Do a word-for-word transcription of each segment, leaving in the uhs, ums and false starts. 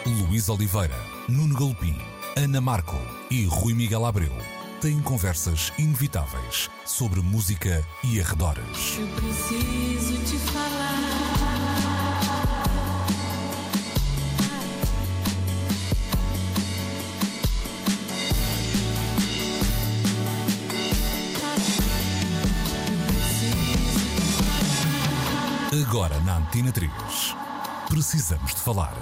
Luís Oliveira, Nuno Galopim, Ana Marco e Rui Miguel Abreu têm conversas inevitáveis sobre música e arredores. Eu preciso te falar. Agora na Antena três. Precisamos de falar.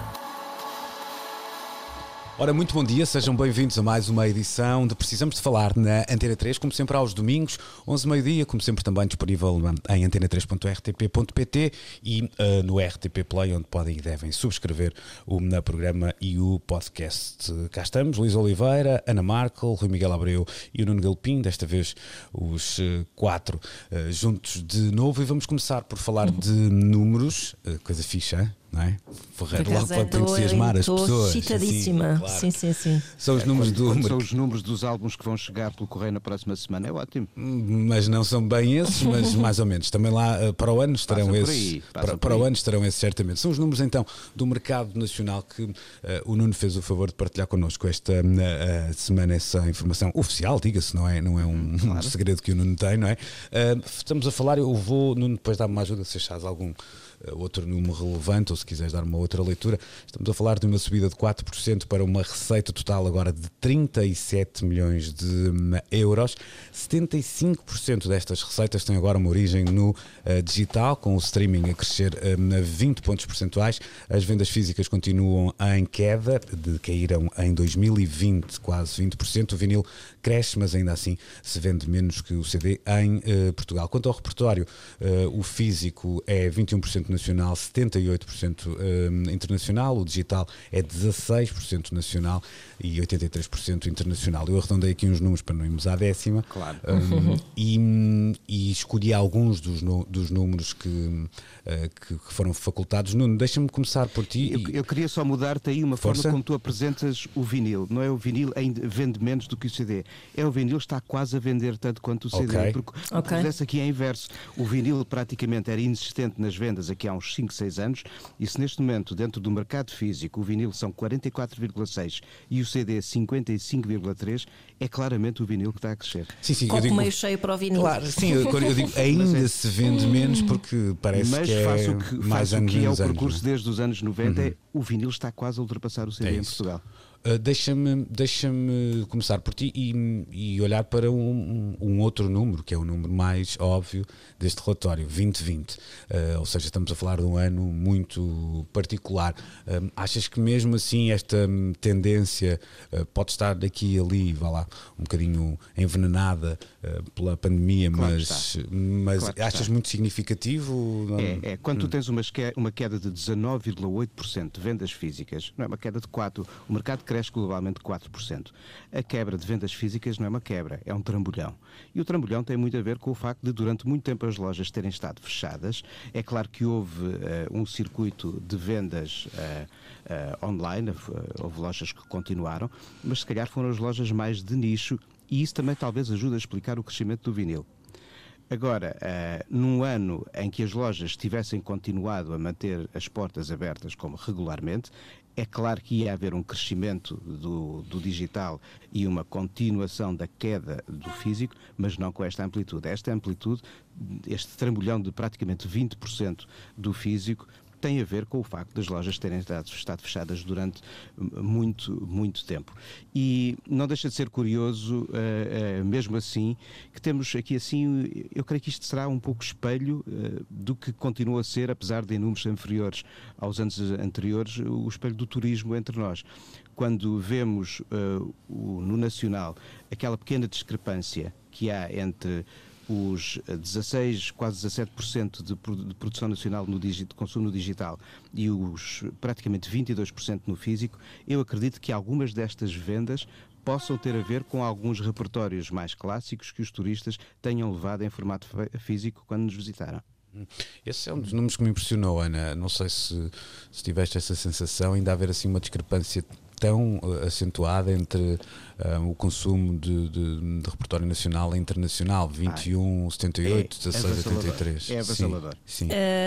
Ora, muito bom dia, sejam bem-vindos a mais uma edição de Precisamos de Falar na Antena três, como sempre aos domingos, onze e meio-dia, como sempre também disponível em antena três ponto r t p ponto p t e uh, no R T P Play, onde podem e devem subscrever o na programa e o podcast. Cá estamos, Luís Oliveira, Ana Marco, Rui Miguel Abreu e o Nuno Galopim, desta vez os uh, quatro uh, juntos de novo, e vamos começar por falar de números, uh, coisa fixa, hein? Não é? Ferreiro, logo é, para entusiasmar as pessoas. Estou excitadíssima. Assim, claro. Sim, sim, sim. São os é, números quando, do quando são os números dos álbuns que vão chegar pelo correio na próxima semana, é ótimo. Mas não são bem esses, mas mais ou menos. Também lá para o ano estarão Passa esses. aí, Para, para o ano estarão esses, certamente. São os números então do mercado nacional que uh, o Nuno fez o favor de partilhar connosco esta uh, semana, essa informação oficial, diga-se, não é, não é um, claro. um segredo que o Nuno tem, não é? Uh, estamos a falar, eu vou, Nuno, depois dar-me uma ajuda se achares algum outro número relevante, ou se quiseres dar uma outra leitura. Estamos a falar de uma subida de quatro por cento para uma receita total agora de trinta e sete milhões de euros. setenta e cinco por cento destas receitas têm agora uma origem no uh, digital, com o streaming a crescer uh, vinte pontos percentuais. As vendas físicas continuam em queda, de, caíram em dois mil e vinte quase vinte por cento. O vinil cresce, mas ainda assim se vende menos que o C D em uh, Portugal. Quanto ao repertório, uh, o físico é vinte e um por cento nacional, setenta e oito por cento um, internacional, o digital é dezasseis por cento nacional e oitenta e três por cento internacional. Eu arredondei aqui uns números para não irmos à décima, claro. um, e, e escolhi alguns dos, no, dos números que, uh, que, que foram facultados. Nuno, deixa-me começar por ti. Eu, e... eu queria só mudar-te aí uma Força? forma como tu apresentas o vinil. Não é o vinil ainda vende menos do que o C D. É o vinil está quase a vender tanto quanto o C D. Okay. Porque okay. o processo aqui é inverso. O vinil praticamente era inexistente nas vendas aqui há uns cinco, seis anos, e se neste momento dentro do mercado físico o vinil são quarenta e quatro vírgula seis e o C D cinquenta e cinco vírgula três, é claramente o vinil que está a crescer. Sim, sim, Copo eu digo, meio cheio para o vinil. Claro, sim, eu, eu digo ainda é, se vende menos porque parece mas que faço é o que, mais faço anos, o que é o anos, percurso anos, desde os anos noventa, uhum. é, o vinil está quase a ultrapassar o C D é em isso. Portugal. Uh, deixa-me, deixa-me começar por ti e, e olhar para um, um outro número, que é o número mais óbvio deste relatório, vinte vinte. Uh, ou seja, estamos a falar de um ano muito particular. Uh, achas que mesmo assim esta tendência uh, pode estar daqui e ali, vá lá, um bocadinho envenenada uh, pela pandemia, claro mas, mas claro achas está. muito significativo? É, é. Quando tu tens uma, uma queda de dezanove vírgula oito por cento de vendas físicas, não é uma queda de quatro por cento, o mercado cresce globalmente quatro por cento. A quebra de vendas físicas não é uma quebra, é um trambolhão. E o trambolhão tem muito a ver com o facto de durante muito tempo as lojas terem estado fechadas. É claro que houve uh, um circuito de vendas uh, uh, online, uh, houve lojas que continuaram, mas se calhar foram as lojas mais de nicho, e isso também talvez ajude a explicar o crescimento do vinil. Agora, uh, num ano em que as lojas tivessem continuado a manter as portas abertas como regularmente, é claro que ia haver um crescimento do, do digital e uma continuação da queda do físico, mas não com esta amplitude. Esta amplitude, este trambolhão de praticamente vinte por cento do físico, tem a ver com o facto das lojas terem estado, estado fechadas durante muito, muito tempo. E não deixa de ser curioso, uh, uh, mesmo assim, que temos aqui assim, eu creio que isto será um pouco espelho uh, do que continua a ser, apesar de em números inferiores aos anos anteriores, o espelho do turismo entre nós. Quando vemos uh, o, no Nacional aquela pequena discrepância que há entre os dezasseis, quase dezassete por cento de, de produção nacional no digi, de consumo no digital e os praticamente vinte e dois por cento no físico, eu acredito que algumas destas vendas possam ter a ver com alguns repertórios mais clássicos que os turistas tenham levado em formato físico quando nos visitaram. Esse é um dos números que me impressionou, Ana. Não sei se, se tiveste essa sensação, ainda haver assim uma discrepância tão acentuada entre um, o consumo de, de, de repertório nacional e internacional, vinte e um, setenta e oito, é, dezasseis, é oitenta e três. É avassalador. Sim, sim.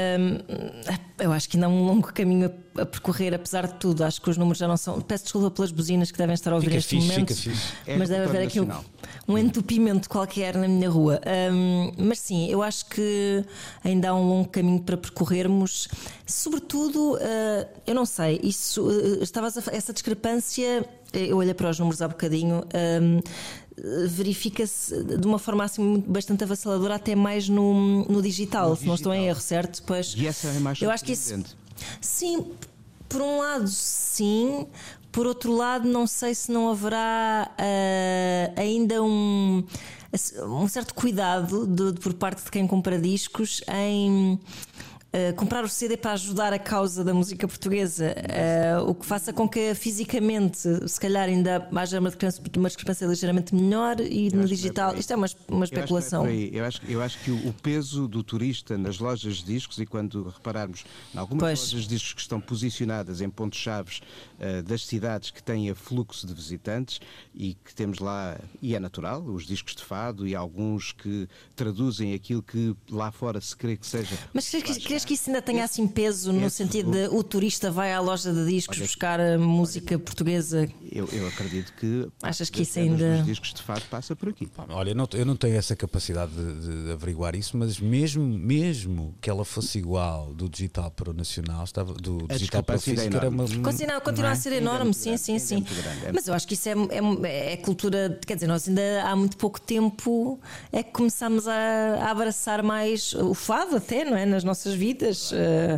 Uh, eu acho que ainda há um longo caminho a, a percorrer, apesar de tudo. Acho que os números já não são. Peço desculpa pelas buzinas que devem estar a ouvir Fica neste fixe, momento, fica fixe. É mas deve haver aqui um, um entupimento qualquer na minha rua. Um, mas sim, eu acho que ainda há um longo caminho para percorrermos. Sobretudo, uh, eu não sei, isso, uh, estavas a, essa discrepância. Eu olhei para os números há bocadinho. Um, verifica-se de uma forma assim bastante avassaladora, até mais no, no digital, no se não estou em erro, certo? Pois, e essa é mais eu acho que isso, sim, por um lado sim, por outro lado não sei se não haverá uh, ainda um, um certo cuidado de, de, por parte de quem compra discos em Uh, comprar o C D para ajudar a causa da música portuguesa, uh, o que faça com que fisicamente se calhar ainda haja uma discrepância, uma discrepância ligeiramente melhor, e eu no digital é isto é uma, uma especulação. Eu acho, eu acho que o peso do turista nas lojas de discos, e quando repararmos em algumas pois. lojas de discos que estão posicionadas em pontos-chave uh, das cidades que têm fluxo de visitantes e que temos lá, e é natural, os discos de fado e alguns que traduzem aquilo que lá fora se crê que seja. Mas crees que isso ainda tenha assim peso no sentido de o turista vai à loja de discos olha, buscar a música olha, portuguesa? Eu, eu acredito que achas que isso ainda os discos de fado passa por aqui. Olha, eu não, eu não tenho essa capacidade de, de averiguar isso, mas mesmo, mesmo que ela fosse igual do digital para o nacional, estava, do a digital para o físico era uma, continua, continua é? a ser enorme, sim, grande, sim, sim. Grande, é mas eu acho que isso é, é, é cultura, quer dizer, nós ainda há muito pouco tempo é que começámos a, a abraçar mais o fado até, não é? Nas nossas vidas.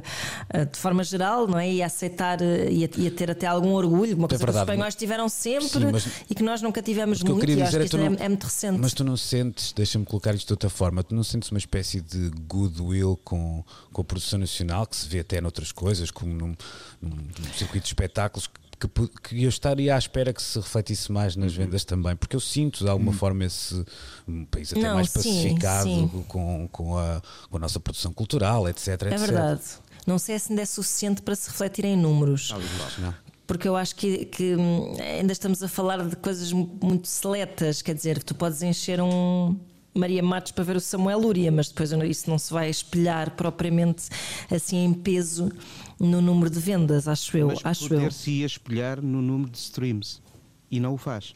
De forma geral, não é? E a aceitar e a, e a ter até algum orgulho, uma coisa é verdade, que os espanhóis tiveram sempre. Sim, mas, e que nós nunca tivemos muito, eu e acho que isto não, é, é muito recente. Mas tu não sentes, deixa-me colocar isto de outra forma, tu não sentes uma espécie de goodwill com, com a produção nacional, que se vê até noutras coisas, como num, num, num circuito de espetáculos, que, que eu estaria à espera que se refletisse mais nas uhum. vendas também, porque eu sinto de alguma uhum. forma esse um país até não, mais pacificado sim, sim. Com, com, a, com a nossa produção cultural, etc, é etcétera. Verdade. Não sei se ainda é suficiente para se refletir em números. Não. Porque eu acho que, que ainda estamos a falar de coisas muito seletas. Quer dizer, tu podes encher um Maria Matos para ver o Samuel Lúria, mas depois isso não se vai espelhar propriamente assim em peso no número de vendas, acho eu. Mas acho poder-se ia espelhar no número de streams e não o faz.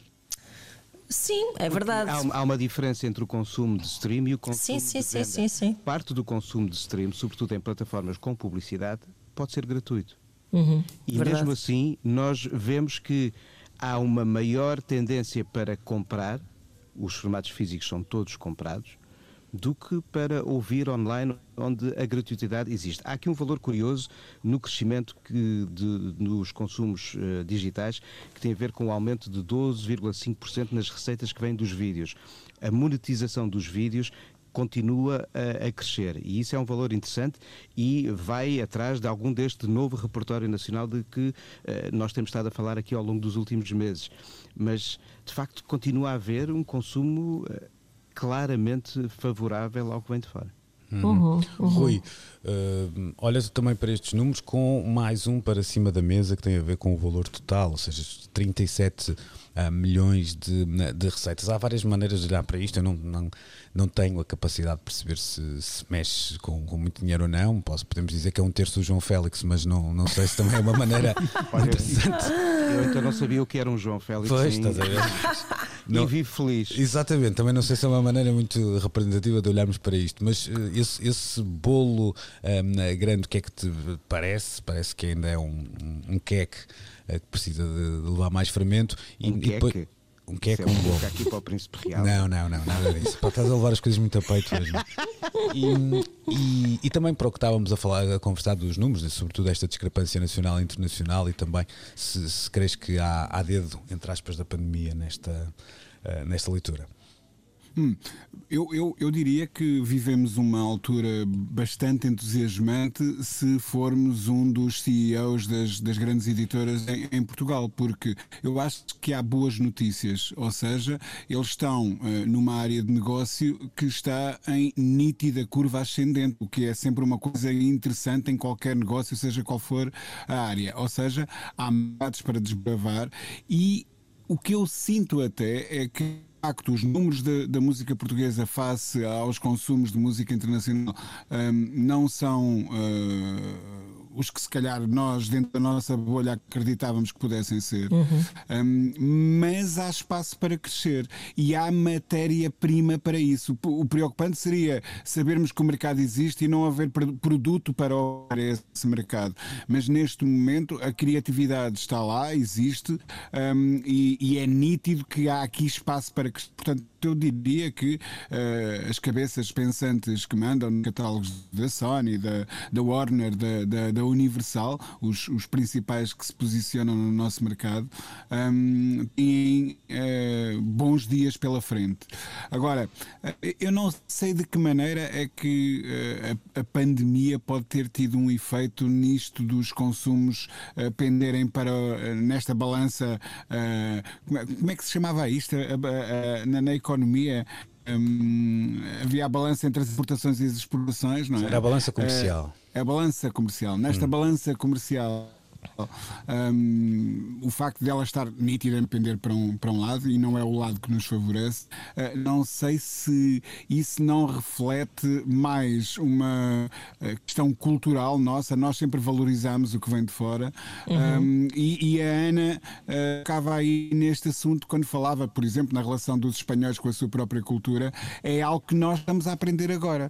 Sim, é verdade. Há, há uma diferença entre o consumo de stream e o consumo sim, sim, de venda. Sim, sim, sim. Parte do consumo de stream, sobretudo em plataformas com publicidade, pode ser gratuito. Uhum, e verdade. Mesmo assim, nós vemos que há uma maior tendência para comprar, os formatos físicos são todos comprados, do que para ouvir online, onde a gratuitidade existe. Há aqui um valor curioso no crescimento que de, nos consumos uh, digitais, que tem a ver com o aumento de doze vírgula cinco por cento nas receitas que vêm dos vídeos. A monetização dos vídeos continua a, a crescer, e isso é um valor interessante e vai atrás de algum deste novo repertório nacional de que uh, nós temos estado a falar aqui ao longo dos últimos meses. Mas, de facto, continua a haver um consumo uh, claramente favorável ao que vem de fora. Uhum, uhum. Rui, uh, olha também para estes números com mais um para cima da mesa que tem a ver com o valor total, ou seja, trinta e sete uh, milhões de, de receitas. Há várias maneiras de olhar para isto, eu não, não, não tenho a capacidade de perceber se, se mexe com, com muito dinheiro ou não. Posso, podemos dizer que é um terço do João Félix, mas não, não sei se também é uma maneira Olha, interessante. Eu então não sabia o que era um João Félix. Pois, sim. Estás a ver? Não, e vivo feliz. Exatamente, também não sei se é uma maneira muito representativa de olharmos para isto, mas uh, esse, esse bolo um, grande, o que é que te parece? Parece que ainda é um, um, um queque uh, que precisa de, de levar mais fermento. Um e, queque? E depois, um queque, é um bolo. Aqui para o Príncipe Real. Não, não, não, nada disso. Pá, estás a levar as coisas muito a peito hoje. E, e, e também para o que estávamos a falar, a conversar dos números, sobretudo esta discrepância nacional e internacional, e também se, se crees que há, há dedo, entre aspas, da pandemia nesta, uh, nesta leitura. Hum, eu, eu, eu diria que vivemos uma altura bastante entusiasmante se formos um dos C E Os das, das grandes editoras em, em Portugal, porque eu acho que há boas notícias, ou seja, eles estão uh, numa área de negócio que está em nítida curva ascendente, o que é sempre uma coisa interessante em qualquer negócio, seja qual for a área, ou seja, há mercados para desbravar e o que eu sinto até é que de facto, os números da, da música portuguesa face aos consumos de música internacional um, não são uh, os que se calhar nós dentro da nossa bolha acreditávamos que pudessem ser, uhum. um, mas há espaço para crescer e há matéria-prima para isso. O preocupante seria sabermos que o mercado existe e não haver produto para esse mercado, mas neste momento a criatividade está lá, existe, um, e, e é nítido que há aqui espaço para crescer. Portanto, eu diria que uh, as cabeças pensantes que mandam nos catálogos da Sony, da, da Warner, da, da, da Universal, os, os principais que se posicionam no nosso mercado, um, têm uh, bons dias pela frente. Agora, eu não sei de que maneira é que uh, a, a pandemia pode ter tido um efeito nisto dos consumos uh, penderem para, uh, nesta balança, uh, como é que se chamava isto? Uh, uh, na, na economia, um, havia a balança entre as importações e as exportações, não é? Era a balança comercial. É a balança comercial. Nesta hum. balança comercial, um, o facto de ela estar nítida a depender para um, para um lado, e não é o lado que nos favorece, uh, não sei se isso não reflete mais uma uh, questão cultural nossa. Nós sempre valorizamos o que vem de fora, uhum. um, e, e a Ana estava uh, aí neste assunto quando falava, por exemplo, na relação dos espanhóis com a sua própria cultura. É algo que nós estamos a aprender agora.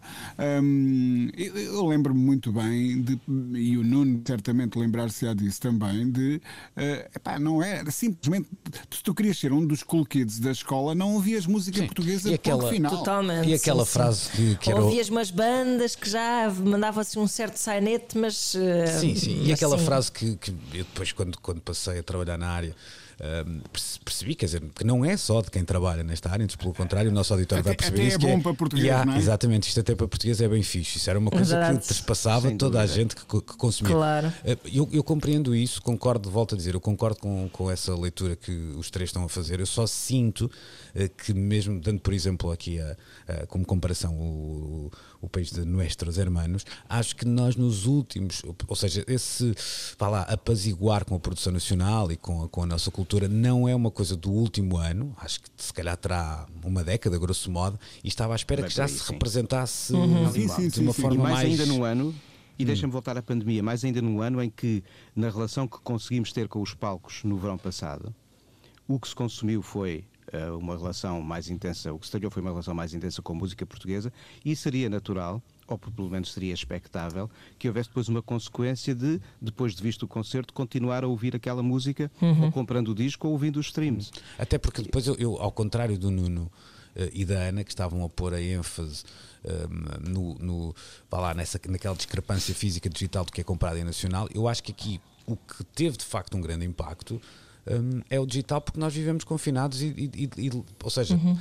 Um, eu, eu lembro-me muito bem de, e o Nuno certamente lembrar-se-á disso também, de uh, epá, não é simplesmente, se tu querias ser um dos cool kids da escola, não ouvias música sim. portuguesa e aquela, final. Totalmente. E aquela sim, frase sim. que, que era ouvias umas bandas que já mandavam assim um certo sainete, mas uh, sim, sim. E assim... aquela frase que, que eu depois quando, quando passei a trabalhar na área Um, percebi, quer dizer, que não é só de quem trabalha nesta área, antes pelo contrário, o nosso auditório até, vai perceber até isso. É que bom é, para português, há, não é? Exatamente, isto até para português é bem fixe. Isso era uma coisa Exato. que trespassava Sem toda dúvida. a gente que, que consumia. Claro. Eu, eu compreendo isso, concordo, volto a dizer, eu concordo com, com essa leitura que os três estão a fazer. Eu só sinto uh, que, mesmo dando por exemplo aqui a, a, como comparação o, o, o país de Nuestros Hermanos, acho que nós nos últimos, ou seja, esse vá lá, apaziguar com a produção nacional e com a, com a nossa cultura não é uma coisa do último ano, acho que se calhar terá uma década, grosso modo, e estava à espera Vai que já aí, se sim. representasse uhum. de, sim, sim, de uma sim, forma e mais, mais... ainda num ano, e hum. deixa-me voltar à pandemia, mais ainda num ano em que, na relação que conseguimos ter com os palcos no verão passado, o que se consumiu foi uh, uma relação mais intensa, o que se talhou foi uma relação mais intensa com a música portuguesa, e seria natural, ou pelo menos seria expectável, que houvesse depois uma consequência de, depois de visto o concerto, continuar a ouvir aquela música, uhum. ou comprando o disco ou ouvindo os streams. Até porque depois eu, eu ao contrário do Nuno uh, e da Ana, que estavam a pôr a ênfase um, no, no, vá lá, nessa, naquela discrepância física digital do que é comprado em nacional, eu acho que aqui o que teve de facto um grande impacto um, é o digital, porque nós vivemos confinados e, e, e ou seja... Uhum.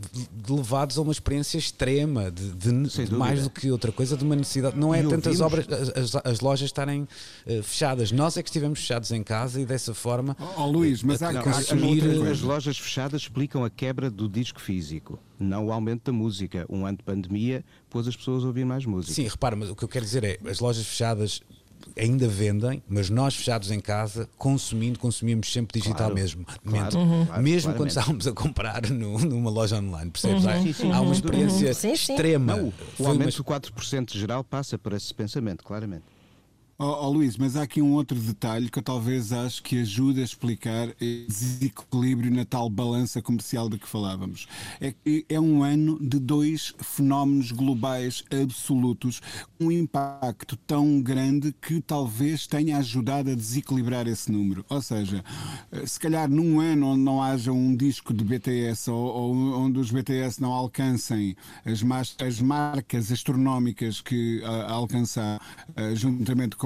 levados a uma experiência extrema de, de, de mais do que outra coisa, de uma necessidade. Não é e tantas ouvimos... obras, as, as lojas estarem uh, fechadas, nós é que estivemos fechados em casa e dessa forma oh, oh, Luís, mas há, não, consumir... há, as lojas fechadas explicam a quebra do disco físico, não o aumento da música. Um ano de pandemia pôs as pessoas a ouvir mais música. Sim, repara, mas o que eu quero dizer é, as lojas fechadas ainda vendem, mas nós fechados em casa, consumindo, consumimos sempre digital, claro, mesmo. Claro, uhum. claro, mesmo claramente. quando estávamos a comprar no, numa loja online, percebes? Uhum. Há, Sim, sim, há uma sim. experiência uhum. sim, sim. extrema. Não, o Foi aumento uma... do quatro por cento geral passa por esse pensamento, claramente. Oh, oh, Luís, mas há aqui um outro detalhe que eu talvez acho que ajuda a explicar esse desequilíbrio na tal balança comercial de que falávamos. É que é um ano de dois fenómenos globais absolutos, um impacto tão grande que talvez tenha ajudado a desequilibrar esse número. Ou seja, se calhar num ano onde não haja um disco de B T S ou, ou onde os B T S não alcancem as, as marcas astronómicas que uh, alcançar uh, juntamente com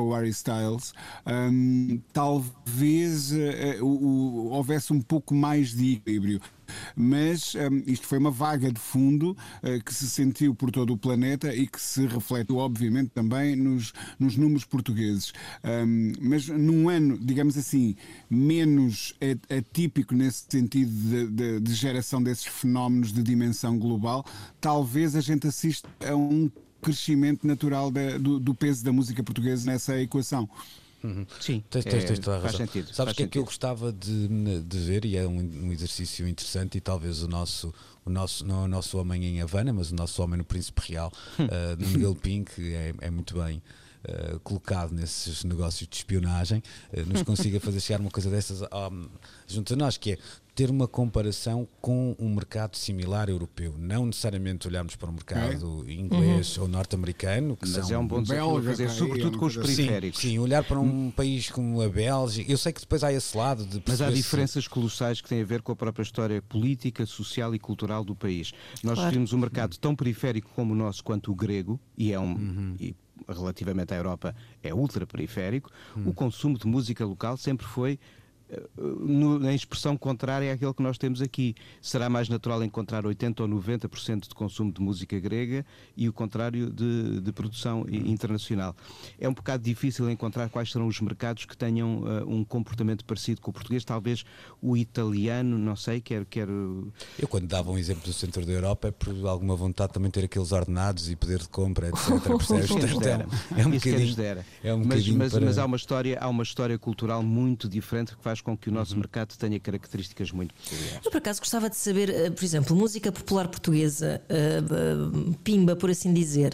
com o Harry Styles, um, talvez uh, uh, uh, houvesse um pouco mais de equilíbrio. Mas um, isto foi uma vaga de fundo uh, que se sentiu por todo o planeta e que se refletiu, obviamente, também nos, nos números portugueses. Um, mas num ano, digamos assim, menos atípico nesse sentido de, de, de geração desses fenómenos de dimensão global, talvez a gente assista a um crescimento natural da, do, do peso da música portuguesa nessa equação. Uhum. Sim, tens, tens, tens é, toda a faz razão. sentido. Sabes o que é sentido. que eu gostava de, de ver, e é um, um exercício interessante, e talvez o nosso, o nosso, não é o nosso homem em Havana, mas o nosso homem no Príncipe Real, uh, no Miguel Pink, é, é muito bem uh, colocado nesses negócios de espionagem, uh, nos consiga fazer chegar uma coisa dessas um, junto a nós, que é ter uma comparação com um mercado similar europeu, não necessariamente olharmos para o mercado é. inglês uhum. ou norte-americano, que mas são é um bom desafio a fazer, sobretudo com os periféricos. Sim, sim, olhar para um país como a Bélgica, eu sei que depois há esse lado de mas há diferenças se... colossais que têm a ver com a própria história política, social e cultural do país. Nós claro. temos um mercado tão periférico como o nosso quanto o grego, e é um... Uhum. E, relativamente à Europa é ultra periférico, uhum. o consumo de música local sempre foi No, na expressão contrária àquilo que nós temos aqui. Será mais natural encontrar oitenta ou noventa por cento de consumo de música grega e o contrário de, de produção internacional. É um bocado difícil encontrar quais serão os mercados que tenham uh, um comportamento parecido com o português. Talvez o italiano, não sei, quero... quero... Eu quando dava um exemplo do centro da Europa é por alguma vontade também ter aqueles ordenados e poder de compra, etcétera. Portanto, é um bocadinho... É um mas, mas, para... mas há uma história, há uma história cultural muito diferente que faz com que o nosso uhum. mercado tenha características muito peculiares. Eu, por acaso, gostava de saber, por exemplo, música popular portuguesa, uh, uh, pimba, por assim dizer,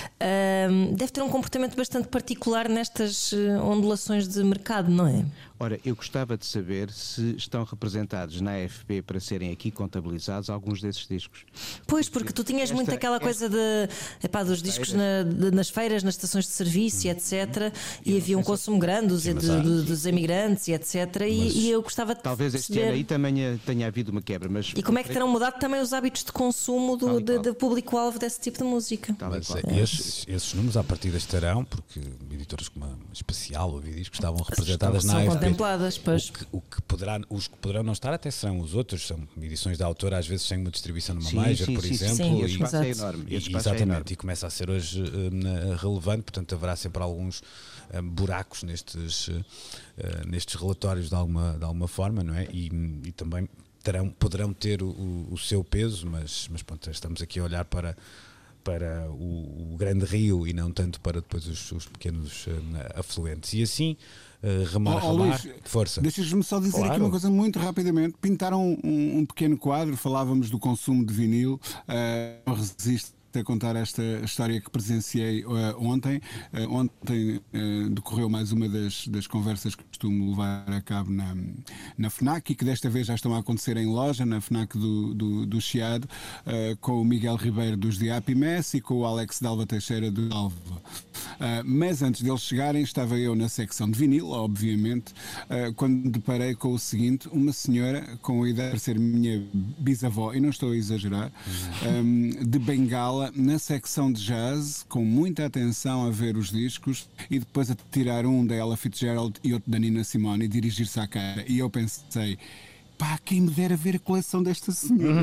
uh, deve ter um comportamento bastante particular nestas ondulações de mercado, não é? Ora, eu gostava de saber se estão representados na A F P para serem aqui contabilizados alguns desses discos. Pois, porque tu tinhas esta, muito aquela esta, coisa de, epá, dos discos na, de, nas feiras, nas estações de serviço, hum. etcétera. E, e havia um consumo grande dos, de, de, dos emigrantes, e etcétera. E, e eu gostava de talvez perceber... este ano aí também tenha havido uma quebra. Mas e como é que terão mudado também os hábitos de consumo do de, de público-alvo desse tipo de música? Mas, é. esses, esses números à partida estarão, porque editoras como a Especial ou Vidisco estavam representadas São na A F P. Pois. O que, o que poderá, os que poderão não estar até serão os outros, são edições da autora, às vezes sem uma distribuição numa sim, major, sim, por sim, exemplo. Sim, e, esse espaço é enorme. E, esse espaço exatamente, é enorme. E começa a ser hoje uh, relevante, portanto haverá sempre alguns uh, buracos nestes, uh, nestes relatórios de alguma, de alguma forma, não é? E, e também terão, poderão ter o, o seu peso, mas, mas pronto, estamos aqui a olhar para para o, o grande rio e não tanto para depois os, os pequenos uh, afluentes. E assim, uh, remar, oh, oh, remar, Luís, força. Deixas-me só dizer claro. aqui uma coisa muito rapidamente. Pintaram um, um pequeno quadro, falávamos do consumo de vinil, uh, não resisto a contar esta história que presenciei uh, ontem. Uh, ontem uh, decorreu mais uma das, das conversas que costumo levar a cabo na, na FNAC e que desta vez já estão a acontecer em loja, na FNAC do, do, do Chiado, uh, com o Miguel Ribeiro dos Diapi Messi e com o Alex Dalva Teixeira do Alva. Uh, mas antes deles chegarem, estava eu na secção de vinil, obviamente, uh, quando me deparei com o seguinte: uma senhora com a ideia de ser minha bisavó, e não estou a exagerar, um, de bengala, na secção de jazz, com muita atenção a ver os discos e depois a tirar um da Ella Fitzgerald e outro da Nina Simone e dirigir-se à cara. E eu pensei, pá, quem me dera ver a coleção desta senhora.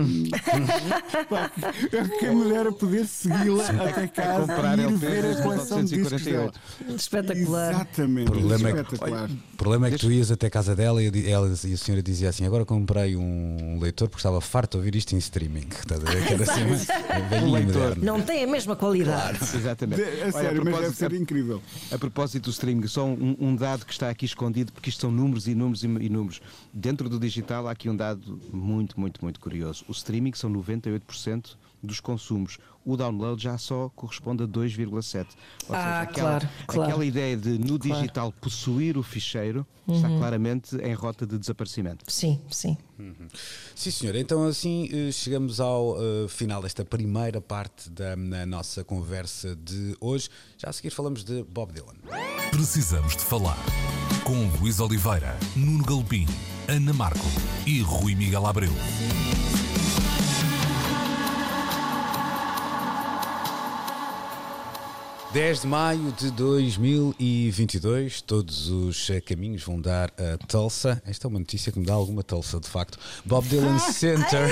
Pá, quem me dera poder segui-la até casa e ir ver a coleção de discos dela. Espetacular. Exatamente. O problema, espetacular. É que, o problema é que tu ias até a casa dela e, ela, e a senhora dizia assim: agora comprei um leitor porque estava farto de ouvir isto em streaming. Estás a ver? Que era assim, é um leitor. Não tem a mesma qualidade. Claro, exatamente. De, a sério, Olha, a mas deve ser incrível. A, a propósito do streaming, só um, um dado que está aqui escondido, porque isto são números e números e, e números. Dentro do digital há aqui um dado muito, muito, muito curioso. O streaming são noventa e oito por cento dos consumos. O download já só corresponde a dois vírgula sete por cento. Ou ah, seja, aquela, claro, claro. aquela ideia de no claro. digital possuir o ficheiro uhum. está claramente em rota de desaparecimento. Sim, sim. Uhum. Sim, senhor. Então assim chegamos ao uh, final desta primeira parte da nossa conversa de hoje. Já a seguir falamos de Bob Dylan. Precisamos de falar com Luís Oliveira, Nuno Galopim, Ana Marco e Rui Miguel Abreu. dez de maio de dois mil e vinte e dois, todos os caminhos vão dar a Tulsa. Esta é uma notícia que me dá alguma Tulsa, de facto. Bob Dylan Center.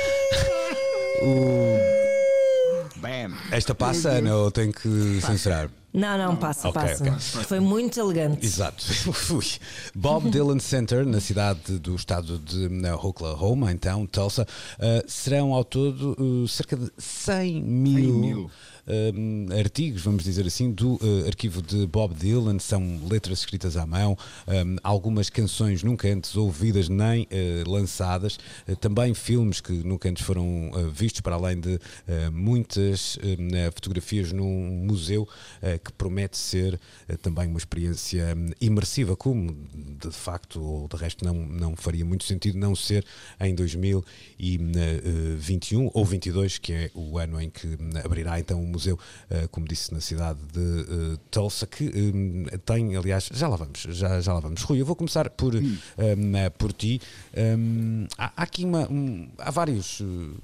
o... Bam. Esta passa, Ana, ou tenho que censurar? Não, não, passa, Ok, passa. ok. Foi muito elegante. Exato. Bob Dylan Center, na cidade do estado de Oklahoma, então, Tulsa, uh, serão ao todo uh, cerca de cem mil. Um, artigos, vamos dizer assim, do uh, arquivo de Bob Dylan. São letras escritas à mão, um, algumas canções nunca antes ouvidas nem uh, lançadas, uh, também filmes que nunca antes foram uh, vistos, para além de uh, muitas uh, fotografias num museu uh, que promete ser uh, também uma experiência um, imersiva, como de facto ou de resto não, não faria muito sentido não ser em dois mil e vinte e um ou vinte e dois, que é o ano em que abrirá então o museu, como disse, na cidade de Tulsa, que tem, aliás, já lá vamos, já, já lá vamos. Rui, eu vou começar por, hum. um, por ti. Um, há, há aqui uma, um, há vários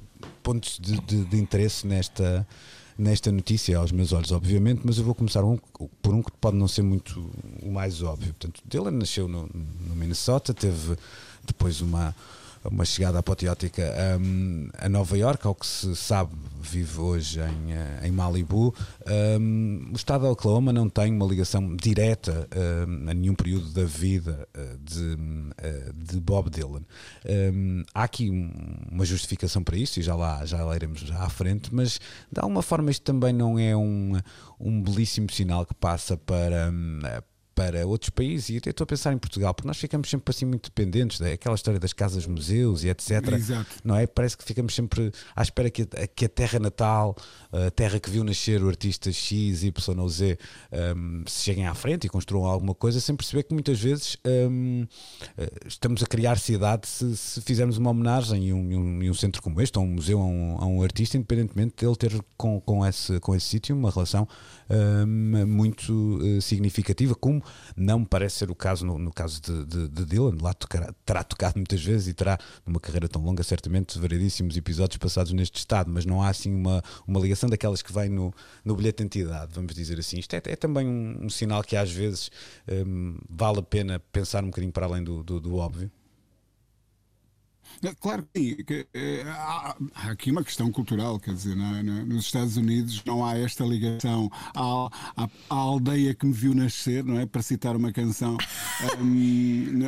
pontos de, de, de interesse nesta, nesta notícia, aos meus olhos, obviamente, mas eu vou começar um, por um que pode não ser muito o mais óbvio. Portanto, Dylan nasceu no, no Minnesota, teve depois uma uma chegada apoteótica um, a Nova Iorque, ao que se sabe, vive hoje em, em Malibu. Um, o estado de Oklahoma não tem uma ligação direta um, a nenhum período da vida uh, de, uh, de Bob Dylan. Um, há aqui uma justificação para isso, e já lá, já lá iremos já à frente, mas de alguma forma isto também não é um, um belíssimo sinal que passa para... Um, para outros países, e eu estou a pensar em Portugal, porque nós ficamos sempre assim muito dependentes daquela história das casas-museus e etcétera. Exato. Não é? Parece que ficamos sempre à espera que a, que a terra natal, a terra que viu nascer o artista X, Y ou Z, um, se cheguem à frente e construam alguma coisa, sem perceber que muitas vezes um, estamos a criar cidade se, se fizermos uma homenagem e um, e, um, e um centro como este, ou um museu a um, a um artista, independentemente dele ter com, com esse, com esse sítio uma relação um, muito uh, significativa, como não me parece ser o caso no, no caso de, de, de Dylan. Lá tocará, terá tocado muitas vezes e terá, numa carreira tão longa, certamente variedíssimos episódios passados neste estado, mas não há assim uma, uma ligação daquelas que vem no, no bilhete de identidade, vamos dizer assim. Isto é, é também um, um sinal que às vezes um, vale a pena pensar um bocadinho para além do, do, do óbvio. Claro que, que é, há, há aqui uma questão cultural, quer dizer, não, não, nos Estados Unidos não há esta ligação à, à, à aldeia que me viu nascer, não é? Para citar uma canção. Um,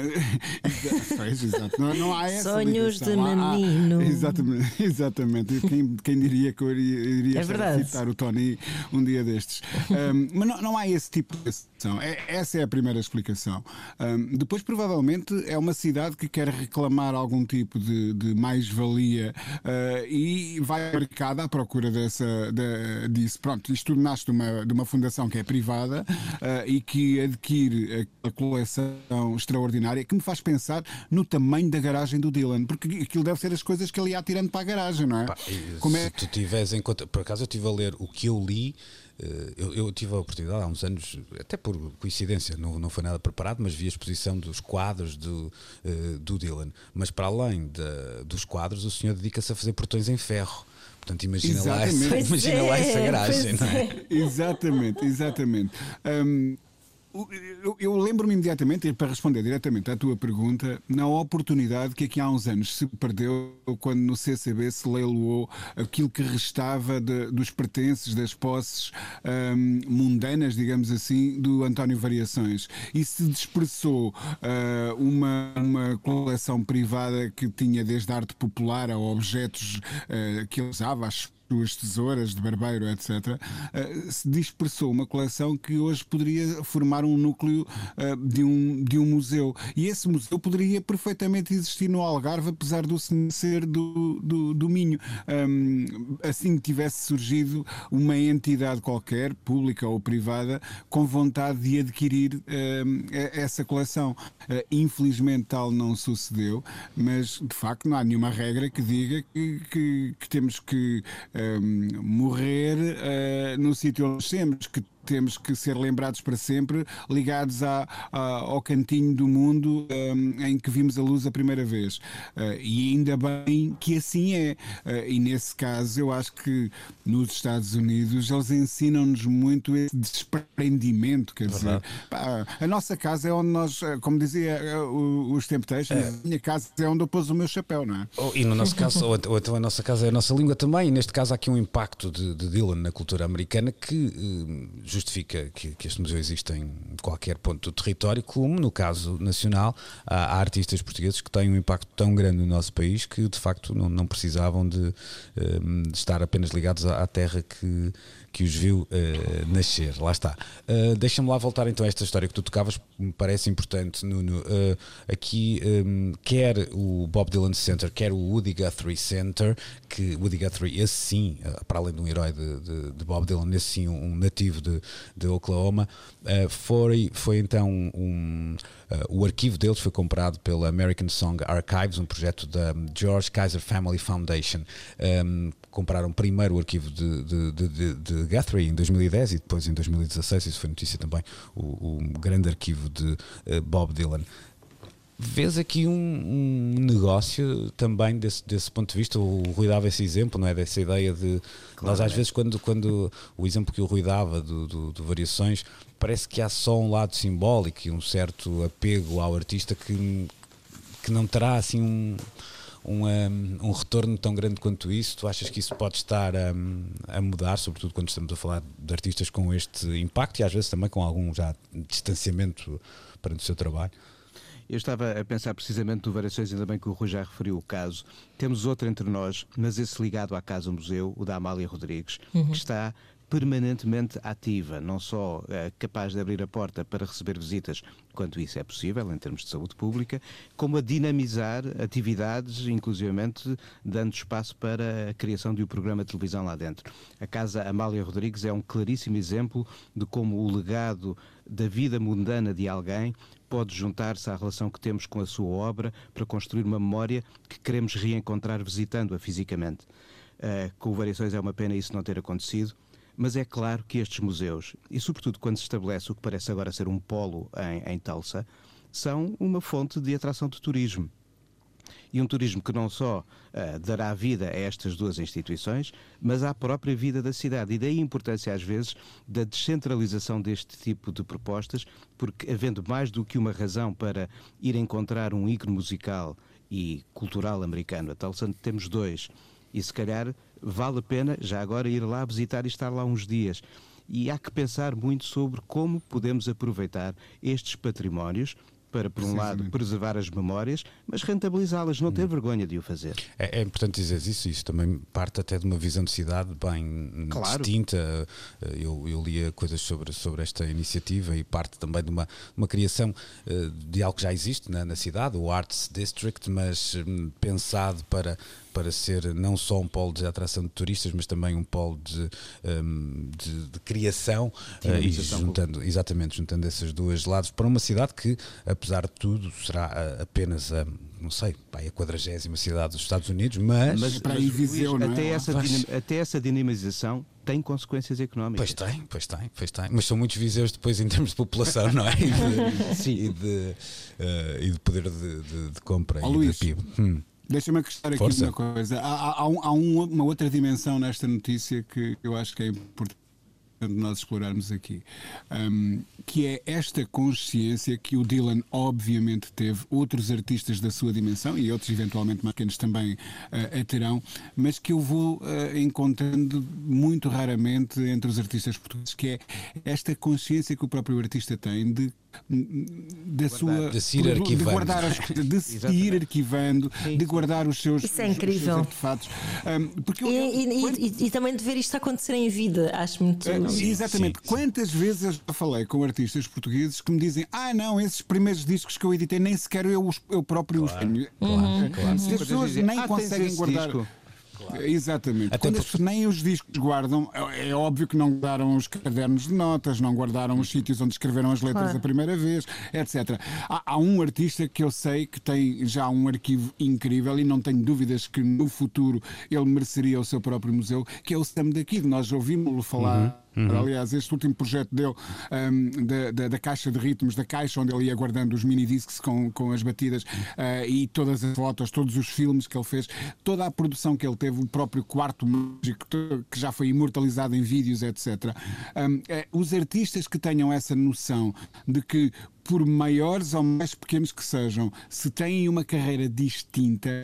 exato, não, não há essa Sonhos ligação. de menino. Há, há, exatamente, exatamente. Quem, quem diria que eu iria, iria é citar o Tony um dia destes? Um, mas não, não há esse tipo de ligação. É, essa é a primeira explicação. Um, depois, provavelmente, é uma cidade que quer reclamar algum tipo de, de mais-valia uh, e vai marcada à procura dessa, de, disso. Pronto, isto tudo nasce de uma, de uma fundação que é privada uh, e que adquire a coleção extraordinária, que me faz pensar no tamanho da garagem do Dylan, porque aquilo deve ser as coisas que ele ia tirando para a garagem, não é? Pá, Como se é? tu tiveres em conta, por acaso eu estive a ler o que eu li. Eu, eu tive a oportunidade há uns anos, até por coincidência, não, não foi nada preparado, mas vi a exposição dos quadros do, uh, do Dylan. Mas para além de, dos quadros, o senhor dedica-se a fazer portões em ferro. Portanto, imagina lá essa, imagina é, lá essa garagem, não é? é? Exatamente, exatamente. Um, Eu, eu lembro-me imediatamente, para responder diretamente à tua pergunta, na oportunidade que aqui há uns anos se perdeu quando no C C B se leiloou aquilo que restava de, dos pertences, das posses um, mundanas, digamos assim, do António Variações. E se dispersou uh, uma, uma coleção privada que tinha desde arte popular a objetos uh, que ele usava, as suas tesouras de barbeiro, etcétera, uh, se dispersou uma coleção que hoje poderia formar um núcleo uh, de, um, de um museu. E esse museu poderia perfeitamente existir no Algarve, apesar do ser do, do, do Minho. Um, assim tivesse surgido uma entidade qualquer, pública ou privada, com vontade de adquirir um, essa coleção. Uh, infelizmente tal não sucedeu, mas de facto não há nenhuma regra que diga que, que, que temos que Um, morrer uh, no sítio onde temos, que temos que ser lembrados para sempre, ligados a, a, ao cantinho do mundo um, em que vimos a luz a primeira vez. Uh, e ainda bem que assim é. Uh, e nesse caso, eu acho que nos Estados Unidos eles ensinam-nos muito esse desprendimento. Quer dizer, pá, a nossa casa é onde nós, como dizia uh, os Temptations, é. a minha casa é onde eu pus o meu chapéu, não é? Oh, e no nosso caso, ou, ou então a nossa casa é a nossa língua também, e neste caso há aqui um impacto de, de Dylan na cultura americana que uh, justifica que, que este museu exista em qualquer ponto do território, como no caso nacional há, há artistas portugueses que têm um impacto tão grande no nosso país que de facto não, não precisavam de, uh, de estar apenas ligados à, à terra que, que os viu uh, nascer. Lá está. Uh, deixa-me lá voltar então a esta história que tu tocavas, me parece importante, Nuno. Uh, aqui um, quer o Bob Dylan Center, quer o Woody Guthrie Center, que Woody Guthrie, esse sim, uh, para além de um herói de, de, de Bob Dylan, esse sim um nativo de, de Oklahoma, uh, foi, foi então um, uh, o arquivo deles foi comprado pela American Song Archives, um projeto da George Kaiser Family Foundation. Um, compraram primeiro o arquivo de, de, de, de, de Guthrie em dois mil e dez e depois em dois mil e dezasseis, isso foi notícia também, o, o grande arquivo de uh, Bob Dylan. Vês aqui um, um negócio também desse, desse ponto de vista? O Rui dava esse exemplo, não é? Dessa ideia de claro, nós às é. vezes quando, quando o exemplo que o Rui dava do, do, do Variações, parece que há só um lado simbólico e um certo apego ao artista que, que não terá assim um Um, um, um retorno tão grande quanto isso. Tu achas que isso pode estar um, a mudar, sobretudo quando estamos a falar de artistas com este impacto e às vezes também com algum já distanciamento perante o seu trabalho? Eu estava a pensar precisamente no Variações, ainda bem que o Rui já referiu o caso. Temos outro entre nós, mas esse ligado à Casa Museu, o da Amália Rodrigues, uhum. que está permanentemente ativa, não só é, capaz de abrir a porta para receber visitas, quanto isso é possível em termos de saúde pública, como a dinamizar atividades, inclusivamente dando espaço para a criação de um programa de televisão lá dentro. A Casa Amália Rodrigues é um claríssimo exemplo de como o legado da vida mundana de alguém pode juntar-se à relação que temos com a sua obra para construir uma memória que queremos reencontrar visitando-a fisicamente. Uh, com o Variações é uma pena isso não ter acontecido, mas é claro que estes museus, e sobretudo quando se estabelece o que parece agora ser um polo em, em Tulsa, são uma fonte de atração de turismo. E um turismo que não só uh, dará vida a estas duas instituições, mas à própria vida da cidade. E daí a importância, às vezes, da descentralização deste tipo de propostas, porque havendo mais do que uma razão para ir encontrar um ícone musical e cultural americano a Tulsa, temos dois. E se calhar vale a pena já agora ir lá visitar e estar lá uns dias. E há que pensar muito sobre como podemos aproveitar estes patrimónios para, por um lado, preservar as memórias, mas rentabilizá-las, não ter hum. vergonha de o fazer. É, é importante dizer isso, isso também parte até de uma visão de cidade bem claro. distinta. Eu, eu lia coisas sobre, sobre esta iniciativa e parte também de uma, uma criação de algo que já existe na, na cidade, o Arts District, mas pensado para... para ser não só um polo de atração de turistas, mas também um polo de, um, de, de criação, uh, e juntando, exatamente, juntando esses dois lados para uma cidade que, apesar de tudo, será uh, apenas a, não sei, pá, a quadragésima cidade dos Estados Unidos, mas... Mas, para mas Viseu, Luís, até, é? essa mas... até essa dinamização tem consequências económicas. Pois tem, pois tem, pois tem. Mas são muitos viseus depois em termos de população, não é? E de, Sim. e de, uh, e de poder de, de, de compra oh, e Luís. de P I B. Hum. Deixa-me acrescentar aqui Força. uma coisa. Há, há, um, há um, uma outra dimensão nesta notícia que eu acho que é importante nós explorarmos aqui, um, que é esta consciência que o Dylan obviamente teve, outros artistas da sua dimensão e outros eventualmente mais pequenos também uh, a terão, mas que eu vou uh, encontrando muito raramente entre os artistas portugueses, que é esta consciência que o próprio artista tem de da sua de se ir arquivando, de, guardar as, de se ir arquivando, sim, de guardar os seus, isso é incrível. Os seus artefatos. Um, porque e, eu, e, quando... e, e também de ver isto acontecer em vida, acho muito. Uh, sim, exatamente. Sim, quantas sim. vezes eu já falei com artistas portugueses que me dizem: ah, não, esses primeiros discos que eu editei nem sequer eu, eu próprio claro, os tenho. Claro, uhum. claro. As pessoas nem ah, conseguem guardar. Disco. Claro. Exatamente. Até Quando porque... nem os discos guardam, é óbvio que não guardaram os cadernos de notas, não guardaram os sítios onde escreveram as letras claro. a primeira vez, etcétera. Há, há um artista que eu sei que tem já um arquivo incrível e não tenho dúvidas que no futuro ele mereceria o seu próprio museu, que é o Sam da Kid. Nós ouvimos-lo falar. Uhum. Uhum. Aliás, este último projeto dele, um, da, da, da caixa de ritmos, da caixa onde ele ia guardando os mini-discs com, com as batidas uh, e todas as fotos, todos os filmes que ele fez, toda a produção que ele teve, o próprio quarto mágico que já foi imortalizado em vídeos, etcétera. Um, uh, os artistas que tenham essa noção de que, por maiores ou mais pequenos que sejam, se têm uma carreira distinta,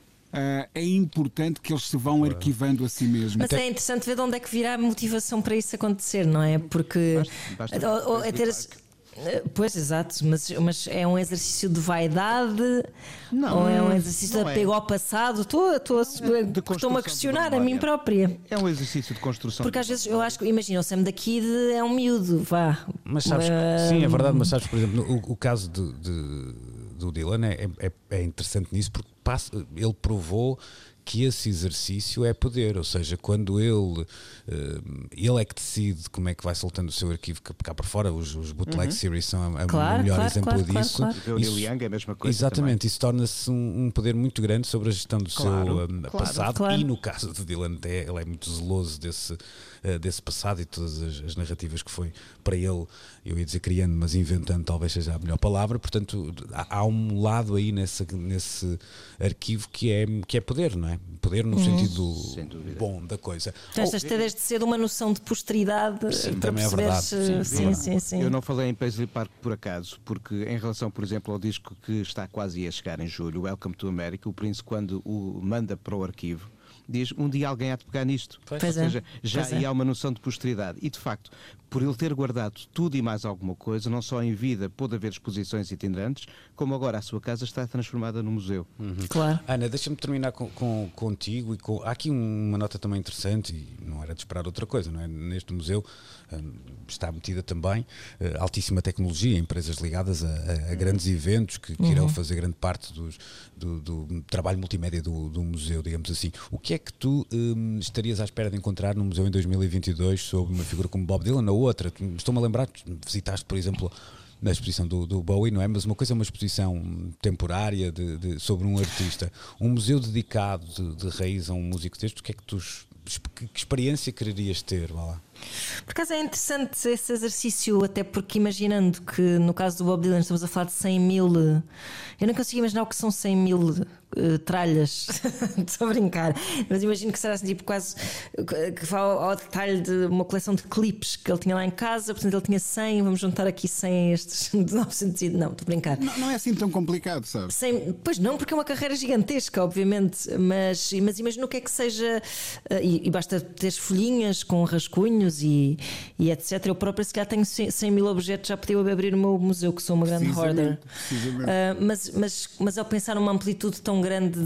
Uh, é importante que eles se vão arquivando a si mesmos. Mas é interessante ver de onde é que virá a motivação para isso acontecer, não é? Porque basta, basta ou, ou é ter, pois, exato, mas, mas é um exercício de vaidade, não, ou é um exercício de apego é. ao passado? Estou, estou, estou-me a questionar a mim própria. É um exercício de construção. Porque às vezes eu acho que, imagina, o Sam da Kid é um miúdo, vá. Mas sabes, uh... sim, é verdade, mas sabes, por exemplo, o, o caso de, de, do Dylan é, é, é interessante nisso porque passa, ele provou que esse exercício é poder, ou seja, quando ele ele é que decide como é que vai soltando o seu arquivo cá para fora, os, os bootleg uhum. series são a, a claro, melhor claro, exemplo claro, disso. Claro, claro. Isso, isso, é a mesma coisa exatamente, também. Isso torna-se um, um poder muito grande sobre a gestão do claro, seu um, claro, passado claro. E no caso de Dylan, ele é muito zeloso desse, uh, desse passado e todas as, as narrativas que foi para ele, eu ia dizer criando, mas inventando talvez seja a melhor palavra, portanto há, há um lado aí nesse, nesse arquivo que é, que é poder, não é? Poder no uhum. sentido bom da coisa. Tu achas que desde cedo uma noção de posteridade sim, para também é verdade. Sim, sim, sim, sim. Eu não falei em Paisley Park por acaso, porque em relação, por exemplo, ao disco que está quase a chegar em julho, Welcome to America, o Prince, quando o manda para o arquivo, diz um dia alguém há de pegar nisto. Pois Ou é. seja, já pois aí é. há uma noção de posteridade. E de facto, por ele ter guardado tudo e mais alguma coisa, não só em vida pôde haver exposições itinerantes, como agora a sua casa está transformada num museu. Uhum. Claro. Ana, deixa-me terminar com, com, contigo e com... Há aqui uma nota também interessante e não era de esperar outra coisa, não é? Neste museu um, está metida também uh, altíssima tecnologia, empresas ligadas a, a, a grandes eventos que, que irão uhum. fazer grande parte dos, do, do trabalho multimédia do, do museu, digamos assim. O que é que tu um, estarias à espera de encontrar no museu em dois mil e vinte e dois sobre uma figura como Bob Dylan ou outra? Estou-me a lembrar, visitaste, por exemplo, na exposição do, do Bowie, não é? Mas uma coisa é uma exposição temporária de, de, sobre um artista. Um museu dedicado de, de raiz a um músico deste, o que é que tu... Que, que experiência quererias ter? Vá lá. Por acaso é interessante esse exercício, até porque imaginando que no caso do Bob Dylan estamos a falar de cem mil, eu não consigo imaginar o que são cem mil uh, tralhas. Estou a brincar, mas imagino que será assim, tipo quase que fala ao, ao detalhe de uma coleção de clipes que ele tinha lá em casa. Portanto, ele tinha cem, vamos juntar aqui cem a estes de novecentos. Não, estou a brincar. Não, não é assim tão complicado, sabe? cem, pois não, porque é uma carreira gigantesca, obviamente, mas, mas imagino o que é que seja, uh, e, e basta ter folhinhas com rascunhos E, e etcétera. Eu próprio, se calhar, tenho cem mil objetos, já podia abrir o meu museu, que sou uma grande hoarder. Uh, mas, mas, mas ao pensar numa amplitude tão grande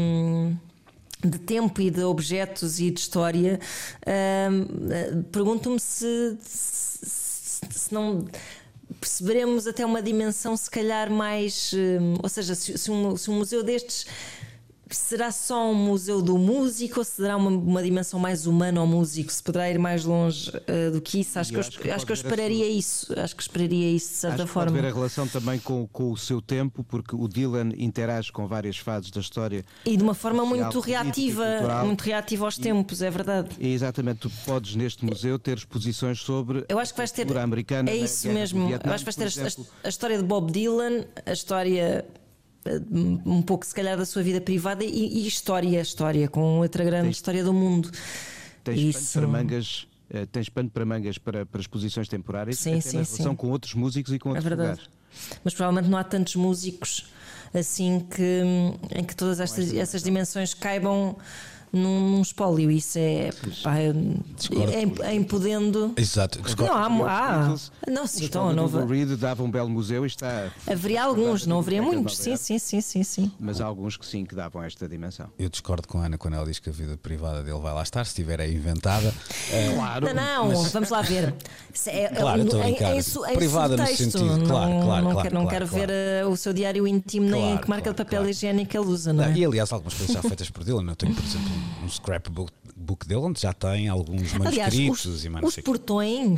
de, de tempo e de objetos e de história, uh, pergunto-me se, se, se não perceberemos até uma dimensão, se calhar, mais. Uh, ou seja, se, se, um, se um museu destes. Será só um museu do músico ou será uma, uma dimensão mais humana ao músico? Se poderá ir mais longe uh, do que isso? Acho que, eu, acho que, acho que eu esperaria isso. Acho que esperaria isso de certa acho forma. Pode ver a relação também com, com o seu tempo, porque o Dylan interage com várias fases da história e de uma forma social, muito reativa, cultural, muito reativa aos tempos, é verdade. E exatamente, tu podes neste museu ter exposições sobre eu acho que vais ter, a cultura americana. É isso mesmo. Vietnã, eu acho que vais ter a, a história de Bob Dylan, a história. Um pouco se calhar da sua vida privada e, e história, história com outra grande tens, história do mundo. Tens Isso... pano para mangas, uh, tens pano para mangas para, para exposições temporárias, sim, sim, na relação sim. com outros músicos e com outros é verdade. lugares. Mas provavelmente não há tantos músicos assim que em que todas estas, essas dimensões caibam num, num espólio. Isso é, pá, é, é, é impodendo. Exato. Não, há, há. Não, sim, então, não o Reed dava um belo museu e está. Haveria alguns, não haveria muitos. Sim, sim, sim, sim, sim. Mas há alguns que sim, que davam esta dimensão. Eu discordo com a Ana quando ela diz que a vida privada dele vai lá estar, se estiver aí inventada. Claro. Não, não, mas... vamos lá ver. É, claro, é, em, em, em privada no sentido, não, claro, claro. Não claro, quero, não claro, quero claro. ver uh, o seu diário íntimo, claro, nem que marca claro, de papel claro. higiênico ele usa, não é? E aliás, algumas coisas já feitas por Dylan. Eu tenho, por exemplo, um scrapbook book dele onde já tem alguns manuscritos. Aliás, os, e os portões.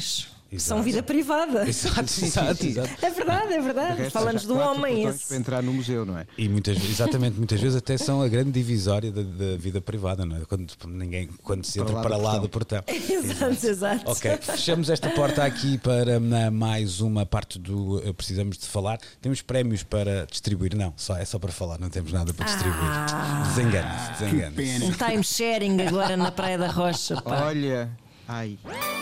são vida privada. Exato, exato, exato. É verdade, é verdade. Falamos de um homem esse. Para entrar no museu, não é? E muitas, exatamente, muitas vezes até são a grande divisória da, da vida privada, não é? Quando ninguém, quando se entra para, para lá do portão. Exato, exato. Ok, fechamos esta porta aqui para na, mais uma parte do uh, Precisamos de Falar. Temos prémios para distribuir, não, só, é só para falar, não temos nada para distribuir. Ah, Desengane-se, desengane-se. Um time sharing agora na Praia da Rocha. Pá. Olha, ai.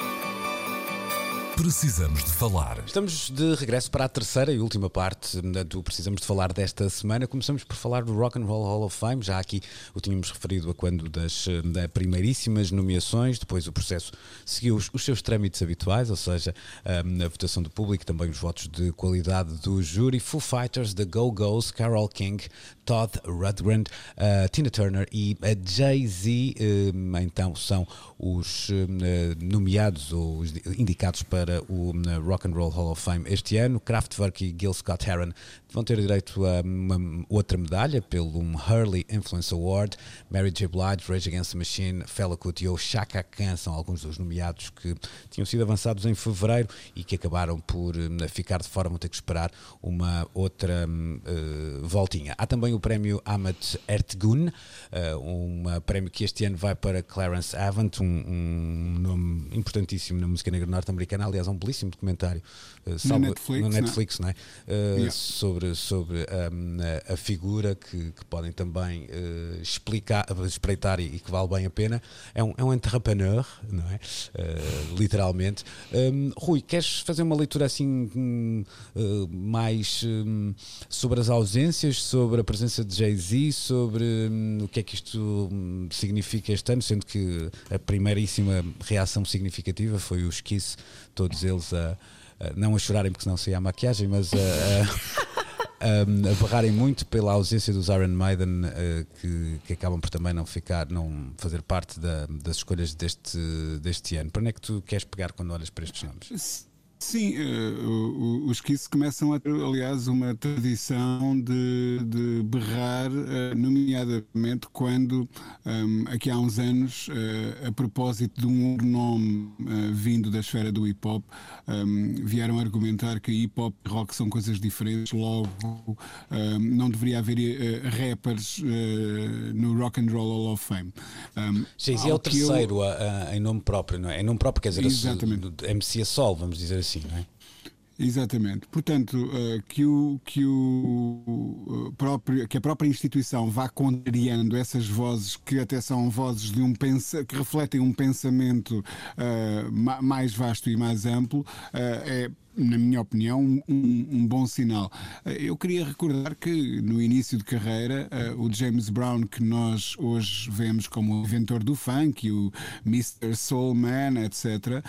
Precisamos de Falar. Estamos de regresso para a terceira e última parte do Precisamos de Falar desta semana. Começamos por falar do Rock and Roll Hall of Fame. Já aqui o tínhamos referido a quando das, das primeiríssimas nomeações. Depois o processo seguiu os, os seus trâmites habituais, ou seja, a, a votação do público, também os votos de qualidade do júri. Foo Fighters, The Go-Go's, Carole King, Todd Rundgren, uh, Tina Turner e a Jay-Z, uh, então são os uh, nomeados ou os indicados para o uh, Rock and Roll Hall of Fame este ano. Kraftwerk e Gil Scott-Heron vão ter direito a uma outra medalha pelo um Hurley Influence Award. Mary J. Blige, Rage Against the Machine, Fela Kuti ou Chaka Khan são alguns dos nomeados que tinham sido avançados em fevereiro e que acabaram por uh, ficar de fora, vão ter que esperar uma outra uh, voltinha. Há também o prémio Amat Ertegun, uh, um prémio que este ano vai para Clarence Avant, um, um nome importantíssimo na música negra norte-americana. Aliás, há um belíssimo documentário uh, salvo, no Netflix, no Netflix não é? Uh, yeah. sobre, sobre um, a, a figura que, que podem também uh, explicar, espreitar e, e que vale bem a pena. É um, é um entrepreneur, não é? Uh, literalmente. Um, Rui, queres fazer uma leitura assim um, uh, mais um, sobre as ausências, sobre a presença de Jay-Z, sobre hum, o que é que isto hum, significa este ano, sendo que a primeiríssima reação significativa foi os Kiss, todos eles a, a não a chorarem porque senão saía a maquiagem, mas a, a, a, a barrarem muito pela ausência dos Iron Maiden, a, que, que acabam por também não ficar, não fazer parte da, das escolhas deste, deste ano. Para onde é que tu queres pegar quando olhas para estes nomes? Sim, uh, os Kiss começam a ter, aliás, uma tradição de, de berrar, uh, nomeadamente quando, um, aqui há uns anos, uh, a propósito de um outro nome uh, vindo da esfera do hip-hop, um, vieram argumentar que hip-hop e rock são coisas diferentes, logo um, não deveria haver uh, rappers uh, no Rock and Roll Hall of Fame. Um, Jay-Z é o terceiro eu... a, a, em nome próprio, não é? Em nome próprio, quer dizer, exatamente. A, M C a solo, vamos dizer assim. Não é? Exatamente. Portanto, uh, que, o, que, o, uh, próprio, que a própria instituição vá contrariando essas vozes que até são vozes de um pensa, que refletem um pensamento uh, ma, mais vasto e mais amplo, uh, é, na minha opinião, um, um bom sinal. Eu queria recordar que no início de carreira, uh, o James Brown, que nós hoje vemos como o inventor do funk, o mister Soul Man, etcétera,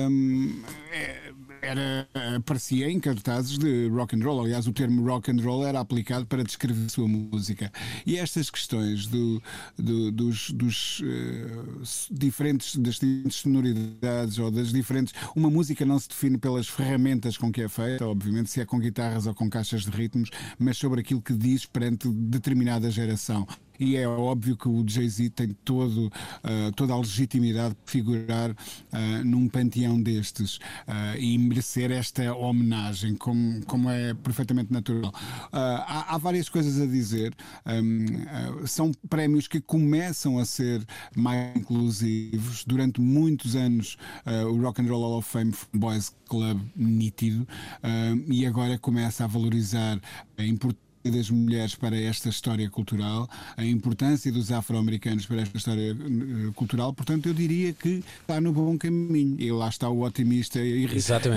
um, é, era, aparecia em cartazes de rock and roll. Aliás, o termo rock and roll era aplicado para descrever a sua música. E estas questões do, do, dos, dos uh, diferentes, das diferentes sonoridades ou das diferentes... Uma música não se define pelas ferramentas com que é feita, obviamente, se é com guitarras ou com caixas de ritmos, mas sobre aquilo que diz perante determinada geração. E é óbvio que o Jay-Z tem todo, uh, toda a legitimidade de figurar uh, num panteão destes uh, e merecer esta homenagem, como, como é perfeitamente natural. Uh, há, há várias coisas a dizer. Um, uh, são prémios que começam a ser mais inclusivos. Durante muitos anos, uh, o Rock and Roll Hall of Fame foi um boys club nítido uh, e agora começa a valorizar a importância das mulheres para esta história cultural, a importância dos afro-americanos para esta história uh, cultural. Portanto, eu diria que está no bom caminho. E lá está o otimista irre-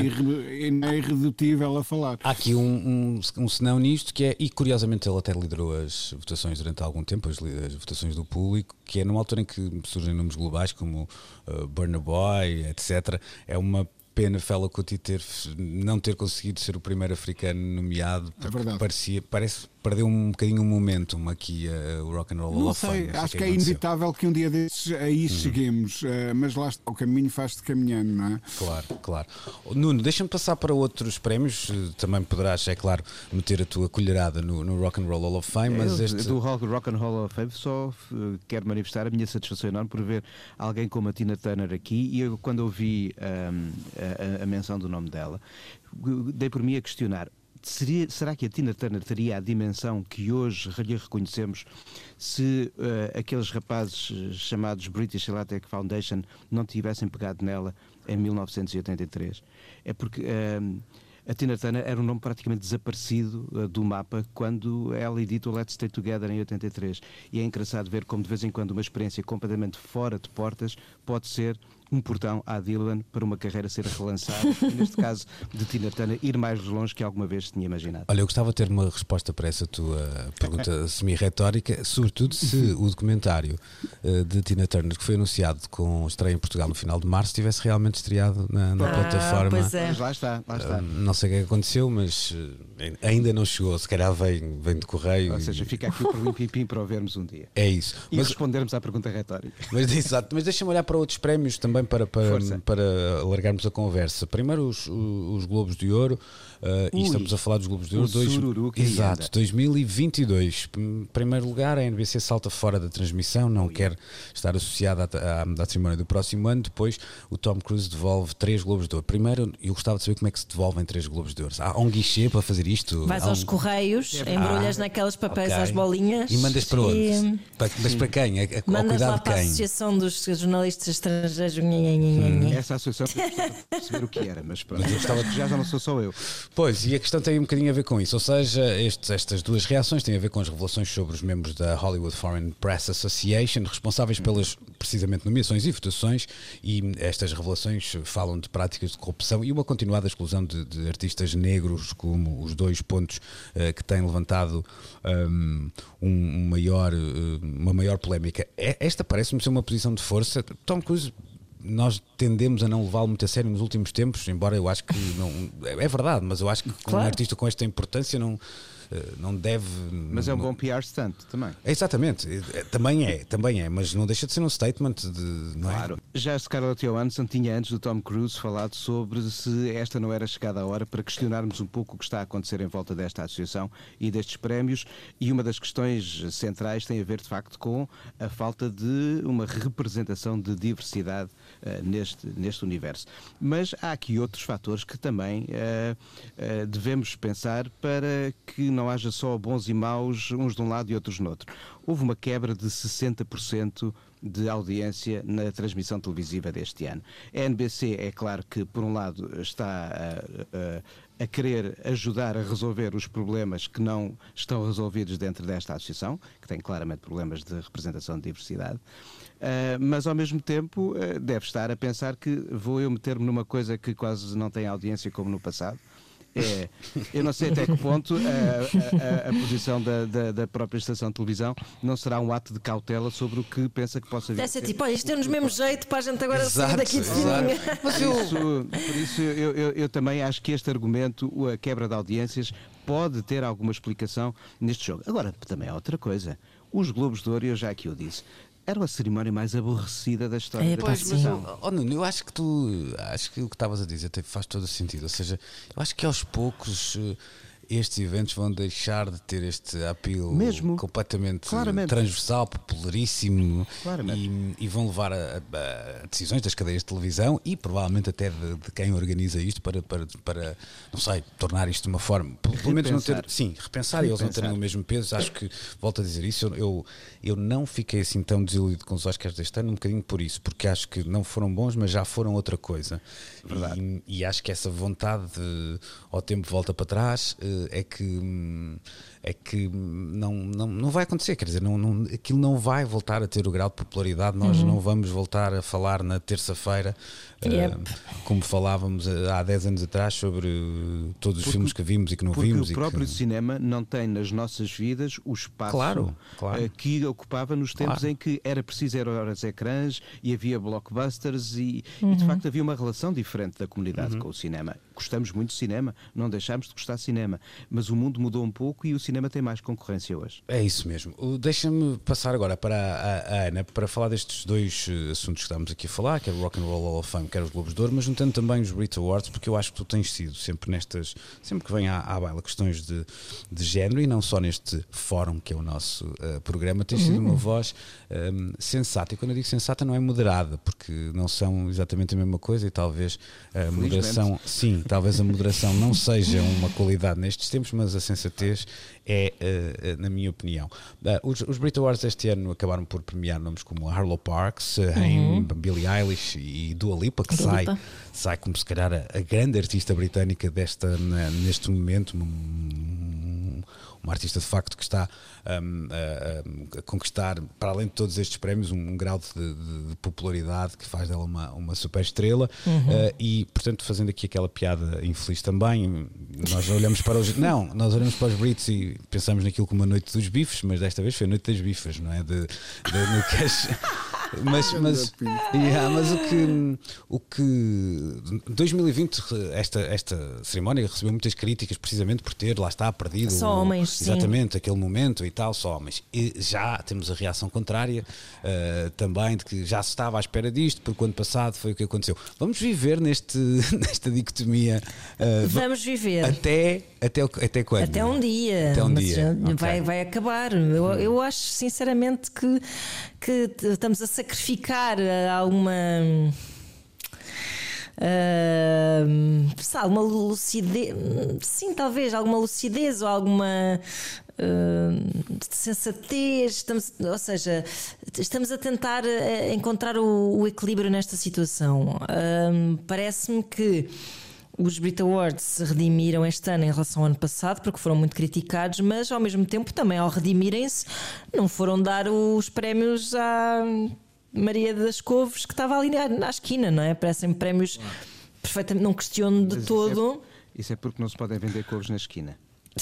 irre- irredutível a falar. Há aqui um, um, um senão nisto que é, e curiosamente ele até liderou as votações durante algum tempo, as, as votações do público, que é numa altura em que surgem nomes globais como uh, Burna Boy, etcétera. É uma pena Fela Kuti ter, não ter conseguido ser o primeiro africano nomeado, porque é verdade. parecia, parece, perdeu um bocadinho o momentum aqui uh, o Rock and Roll Hall Não of Fame. sei, Não sei acho que que é aconteceu. inevitável que um dia desses aí cheguemos, uh, mas lá está, o caminho faz-se caminhando, não é? Claro, claro. Nuno, deixa-me passar para outros prémios. Também poderás, é claro, meter a tua colherada no, no Rock and Roll Hall of Fame, mas Eu, este... do Rock and Roll of Fame só uh, quero manifestar a minha satisfação enorme por ver alguém como a Tina Turner aqui, e eu, quando ouvi um, a, a menção do nome dela, dei por mim a questionar: Seria, será que a Tina Turner teria a dimensão que hoje lhe reconhecemos se uh, aqueles rapazes chamados British Electric Foundation não tivessem pegado nela em mil novecentos e oitenta e três? É porque uh, a Tina Turner era um nome praticamente desaparecido uh, do mapa quando ela edita o Let's Stay Together em oitenta e três, e é engraçado ver como de vez em quando uma experiência completamente fora de portas pode ser um portão à Dylan para uma carreira ser relançada, e neste caso de Tina Turner ir mais longe que alguma vez tinha imaginado. Olha, eu gostava de ter uma resposta para essa tua pergunta semi-retórica, sobretudo se o documentário uh, de Tina Turner, que foi anunciado com estreia em Portugal no final de março, tivesse realmente estreado na, na Ah, plataforma. pois é. Mas lá está, lá está. Uh, não sei o que é que aconteceu, mas uh, ainda não chegou. Se calhar vem, vem de correio. Ou seja, fica aqui por um pim para o vermos um dia. É isso. E Mas, respondermos à pergunta retórica. mas, exato, mas deixa-me olhar para outros prémios também para, para, Força. para alargarmos a conversa. Primeiro os, os Globos de Ouro, uh, e Ui, estamos a falar dos Globos de Ouro. o sururu que aí Exato, anda. dois mil e vinte e dois. Em primeiro lugar, a N B C salta fora da transmissão, não quer estar associada à, à, à cerimónia do próximo ano. Depois, o Tom Cruise devolve três Globos de Ouro. Primeiro, eu gostava de saber como é que se devolvem três Globos de Ouro. Há um guichê para fazer isto? Vais Há aos um... correios, embrulhas Ah, naquelas papéis ok. às bolinhas E mandas para onde? e Para, mas para quem? A, a, ao mandas lá cuidado de para a quem? Associação dos Jornalistas Estrangeiros. Hum. Essa associação eu gostava de perceber o que era, mas pronto, eu gostava de, já, já não sou só eu. Pois, e a questão tem um bocadinho a ver com isso, ou seja, estes, estas duas reações têm a ver com as revelações sobre os membros da Hollywood Foreign Press Association, responsáveis pelas, precisamente, nomeações e votações, e estas revelações falam de práticas de corrupção e uma continuada exclusão de, de artistas negros, como os dois pontos uh, que têm levantado um, um maior, uh, uma maior polémica. Esta parece-me ser uma posição de força. Tom Cruise, nós tendemos a não levá-lo muito a sério nos últimos tempos, embora eu acho que não, é verdade, mas eu acho que Claro. um artista com esta importância não, não deve. Mas é um não, bom P R stunt também. Exatamente, também é, também é, mas não deixa de ser um statement de, não é? Claro. Já a Scarlett Johansson tinha antes do Tom Cruise falado sobre se esta não era chegada a hora para questionarmos um pouco o que está a acontecer em volta desta associação e destes prémios, e uma das questões centrais tem a ver de facto com a falta de uma representação de diversidade uh, neste, neste universo. Mas há aqui outros fatores que também uh, uh, devemos pensar para que não haja só bons e maus uns de um lado e outros no outro. Houve uma quebra de sessenta por cento de audiência na transmissão televisiva deste ano. A N B C, é claro que, por um lado, está a, a, a querer ajudar a resolver os problemas que não estão resolvidos dentro desta associação, que tem claramente problemas de representação de diversidade, uh, mas, ao mesmo tempo, uh, deve estar a pensar que vou eu meter-me numa coisa que quase não tem audiência como no passado. É, eu não sei até que ponto a, a, a posição da, da, da própria estação de televisão não será um ato de cautela sobre o que pensa que possa vir. Deve ser tipo, olha, isto tem-nos mesmo jeito para a gente agora Exato, sair daqui de exato. fininho. Mas Por eu, isso, por isso eu, eu, eu também acho que este argumento, a quebra de audiências, pode ter alguma explicação neste jogo. Agora, também há outra coisa. Os Globos de Ouro, eu já aqui o disse, era a cerimónia mais aborrecida da história É, da pá, Pois, mas televisão. eu, oh, Nuno, eu acho que tu acho que o que estavas a dizer até faz todo o sentido. Ou seja, eu acho que aos poucos eh, estes eventos vão deixar de ter este apelo Mesmo. completamente Claramente. transversal, popularíssimo, Claramente. e, e vão levar a, a- a decisões das cadeias de televisão e provavelmente até de, de quem organiza isto para, para, para, não sei, tornar isto de uma forma, pelo pelo menos não ter, Repensar. sim, repensar, e eles não terem Repensar. o mesmo peso. Acho que, volto a dizer isso, eu, eu, eu não fiquei assim tão desiludido com os Oscars deste ano, um bocadinho por isso, porque acho que não foram bons, mas já foram outra coisa. E, e acho que essa vontade de, ao tempo volta para trás, eh, é que hum, é que não, não, não vai acontecer, quer dizer, não, não, aquilo não vai voltar a ter o grau de popularidade, nós não vamos voltar a falar na terça-feira, Yep. eh, como falávamos há dez anos atrás sobre eh, todos os Porque- filmes que vimos e que não Porque vimos. o e próprio que... cinema não tem nas nossas vidas o espaço Claro, claro. eh, que ocupava nos tempos Claro. em que era preciso ir aos ecrãs e havia blockbusters e, e, de facto havia uma relação diferente da comunidade com o cinema. gostamos muito de cinema, não deixámos de gostar de cinema, mas o mundo mudou um pouco e o cinema tem mais concorrência hoje. É isso mesmo. Deixa-me passar agora para a, a Ana para falar destes dois assuntos que estamos aqui a falar, que é o Rock and Roll Hall of Fame, que é os Globos de Ouro, mas juntando também os Brit Awards, porque eu acho que tu tens sido sempre nestas, sempre que vem à, à baila questões de, de género, e não só neste fórum que é o nosso uh, programa, tens sido uma voz um, sensata, e quando eu digo sensata não é moderada, porque não são exatamente a mesma coisa, e talvez a moderação, sim, talvez a moderação não seja uma qualidade nestes tempos, mas a sensatez é, uh, na minha opinião. Uh, os, os Brit Awards este ano acabaram por premiar nomes como Harlow Parks, uh, uhum. Billie Eilish e Dua Lipa, que sai, sai como se calhar a, a grande artista britânica desta, na, neste momento, um, uma artista de facto que está um, a, a conquistar, para além de todos estes prémios, um, um grau de, de, de popularidade que faz dela uma, uma super estrela. Uhum. uh, e portanto, fazendo aqui aquela piada infeliz também, nós olhamos para os não, nós olhamos para os Brits e pensamos naquilo como a noite dos bifes, mas desta vez foi a noite das bifas, não é? De, de, no cash. Mas, mas, yeah, mas o que o que dois mil e vinte esta, esta cerimónia recebeu muitas críticas precisamente por ter, lá está, perdido só homens, exatamente sim. aquele momento e tal, só homens. E já temos a reação contrária uh, também, de que já se estava à espera disto, porque o ano passado foi o que aconteceu. Vamos viver neste, nesta dicotomia uh, vamos viver até, até, até quando? Até um dia, até um mas dia. Okay. vai, vai acabar. Eu, hum. eu acho sinceramente que, que estamos a sacrificar alguma uh, alguma lucidez, sim, talvez alguma lucidez ou alguma uh, sensatez, estamos, ou seja, estamos a tentar encontrar o, o equilíbrio nesta situação. Uh, parece-me que os Brit Awards se redimiram este ano em relação ao ano passado, porque foram muito criticados, mas ao mesmo tempo também, ao redimirem-se, não foram dar os prémios à Maria das Couves, que estava ali na esquina, não é? Parecem prémios perfeitamente, não questiono de mas todo. Isso é, isso é porque não se podem vender couves na esquina.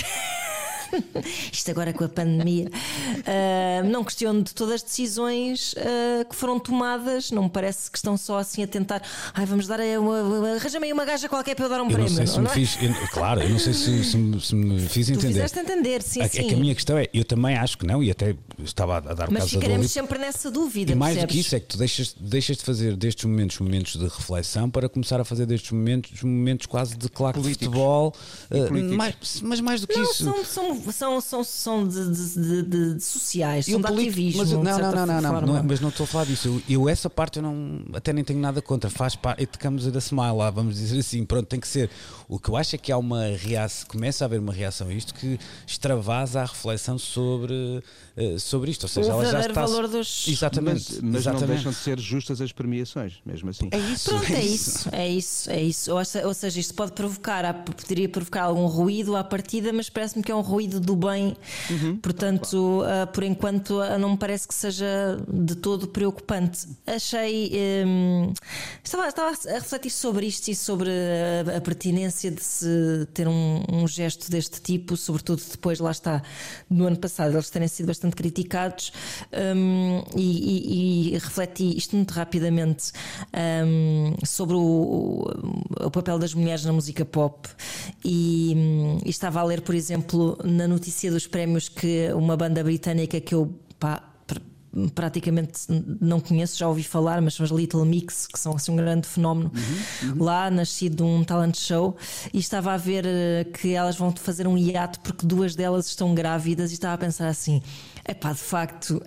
Isto agora com a pandemia. Uh, não questiono de todas as decisões uh, que foram tomadas. Não me parece que estão só assim a tentar. Ai, vamos dar uma. Arranja-me aí uma gaja qualquer para eu dar um eu prémio. Não sei se não me é? fiz, eu, claro, eu não sei se, se, me, se me fiz tu entender. Fizeste entender, sim, a, sim. É que a minha questão é, eu também acho que não, e até estava a dar o Mas caso ficaremos da sempre nessa dúvida. E mais percebes? do que isso é que tu deixas, deixas de fazer destes momentos momentos de reflexão para começar a fazer destes momentos momentos quase de claque de futebol, uh, mais, mas mais do que não, isso são, são, são, são, são de, de, de, de, de sociais, são um de político, ativismo. mas, não, de não, não, não, não, não é, mas não estou a falar disso. Eu, eu essa parte eu não, até nem tenho nada contra. Faz parte, it comes with a smile, lá, vamos dizer assim, pronto, tem que ser. O que eu acho é que há uma reação, começa a haver uma reação a isto que extravasa a reflexão sobre, uh, sobre isto. Ou seja, o ela já está. Valor dos... Exatamente, mas, mas exatamente. não deixam de ser justas as premiações, mesmo assim. É isso. Pronto, é isso, é isso, é isso. Ou seja, isto pode provocar, poderia provocar algum ruído à partida, mas parece-me que é um ruído do bem. Uhum. Portanto, uh, por enquanto, uh, não me parece que seja de todo preocupante. Achei. Um, estava, estava a refletir sobre isto e sobre a, a pertinência de se ter um, um gesto deste tipo, sobretudo depois, lá está, no ano passado, eles terem sido bastante criticados. Um, e, e, e refleti isto muito rapidamente um, sobre o, o papel das mulheres na música pop e, e estava a ler, por exemplo, na notícia dos prémios, que uma banda britânica que eu pá, praticamente não conheço, já ouvi falar, mas são as Little Mix, que são assim um grande fenómeno uhum, uhum. lá, nascido de um talent show, e estava a ver que elas vão fazer um hiato porque duas delas estão grávidas, e estava a pensar assim: epá, de facto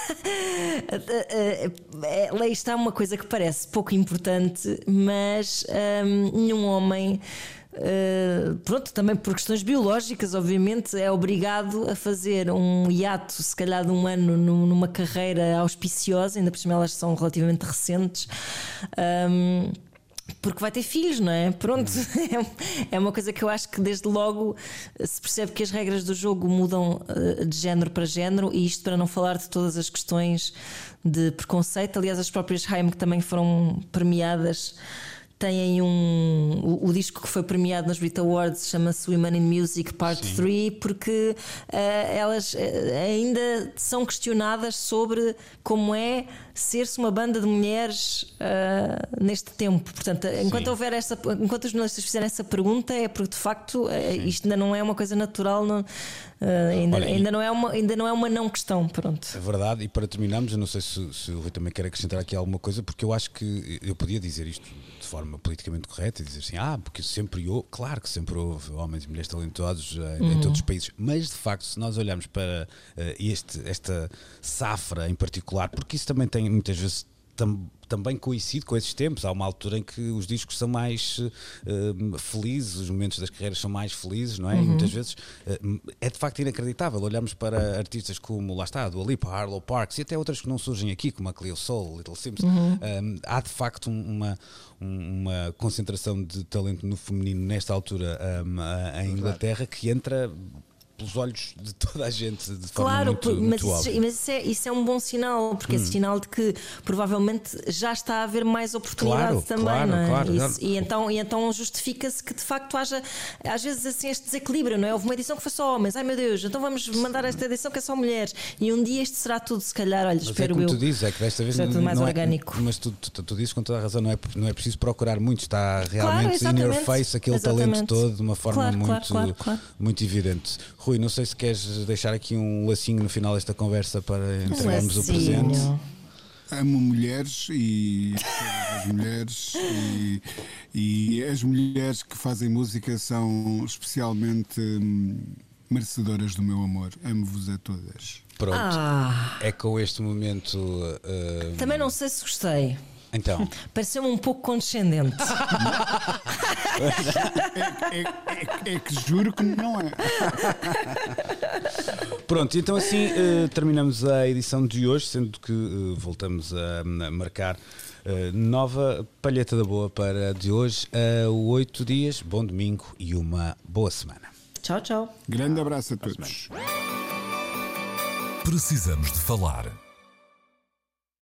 lá está uma coisa que parece pouco importante, mas um, nenhum homem Uh, pronto, também por questões biológicas, obviamente, é obrigado a fazer um hiato, se calhar de um ano, numa carreira auspiciosa, ainda por cima elas são relativamente recentes. Um, Porque vai ter filhos, não é? Pronto, é uma coisa que eu acho que desde logo se percebe que as regras do jogo mudam de género para género, e isto para não falar de todas as questões de preconceito. Aliás, as próprias Haim, que também foram premiadas, têm um. O, o disco que foi premiado nos Brit Awards chama-se Women in Music Part três, porque uh, elas uh, ainda são questionadas sobre como é ser-se uma banda de mulheres uh, neste tempo. Portanto, enquanto houver essa, enquanto os jornalistas fizerem essa pergunta, é porque de facto uh, isto ainda não é uma coisa natural, não, uh, ainda, Olha, ainda, não é uma, ainda não é uma não questão. Pronto. É verdade, e para terminarmos, eu não sei se, se o Rui também quer acrescentar aqui alguma coisa, porque eu acho que eu podia dizer isto de forma politicamente correta e dizer assim, ah, porque sempre houve, claro que sempre houve homens e mulheres talentosos em, uhum. em todos os países, mas de facto, se nós olharmos para uh, este, esta safra em particular, porque isso também tem muitas vezes tam, também coincide com esses tempos. Há uma altura em que os discos são mais uh, felizes, os momentos das carreiras são mais felizes, não é? Uhum. E muitas vezes uh, é de facto inacreditável. Olhamos para artistas como, lá está, Dua Lipa, Harlow Parks e até outras que não surgem aqui, como a Cleo Sol, Little Sims. Uhum. Um, há de facto uma, uma concentração de talento no feminino nesta altura um, em Inglaterra que entra pelos olhos de toda a gente de forma claro, muito, mas, muito isso, óbvia. mas isso, é, isso é um bom sinal, porque hum. é sinal de que provavelmente já está a haver mais oportunidade claro, também, claro, não é? Claro, isso, claro. E, então, e então justifica-se que de facto haja às vezes assim este desequilíbrio, não é? Houve uma edição que foi só homens, ai meu Deus, então vamos mandar esta edição que é só mulheres, e um dia isto será tudo, se calhar, olha, mas espero é como eu. tu dizes, é que desta vez é tudo mais não orgânico. É, mas tu, tu, tu dizes com toda a razão, não é, não é preciso procurar muito, está realmente claro, in your face aquele exatamente. talento todo de uma forma claro, muito, claro, claro, claro. muito evidente. Rui, não sei se queres deixar aqui um lacinho no final desta conversa para entregarmos um o presente. Amo mulheres e as mulheres e, e as mulheres que fazem música são especialmente hum, merecedoras do meu amor. Amo-vos a todas. Pronto, ah. é com este momento. Uh... Também não sei se gostei. Então. Pareceu-me um pouco condescendente. é, é, é, é que juro que não é. Pronto, então assim uh, terminamos a edição de hoje, sendo que uh, voltamos a, a marcar uh, nova palheta da boa para de hoje a uh, oito dias. Bom domingo e uma boa semana. Tchau, tchau. Grande abraço a todos. Precisamos de falar.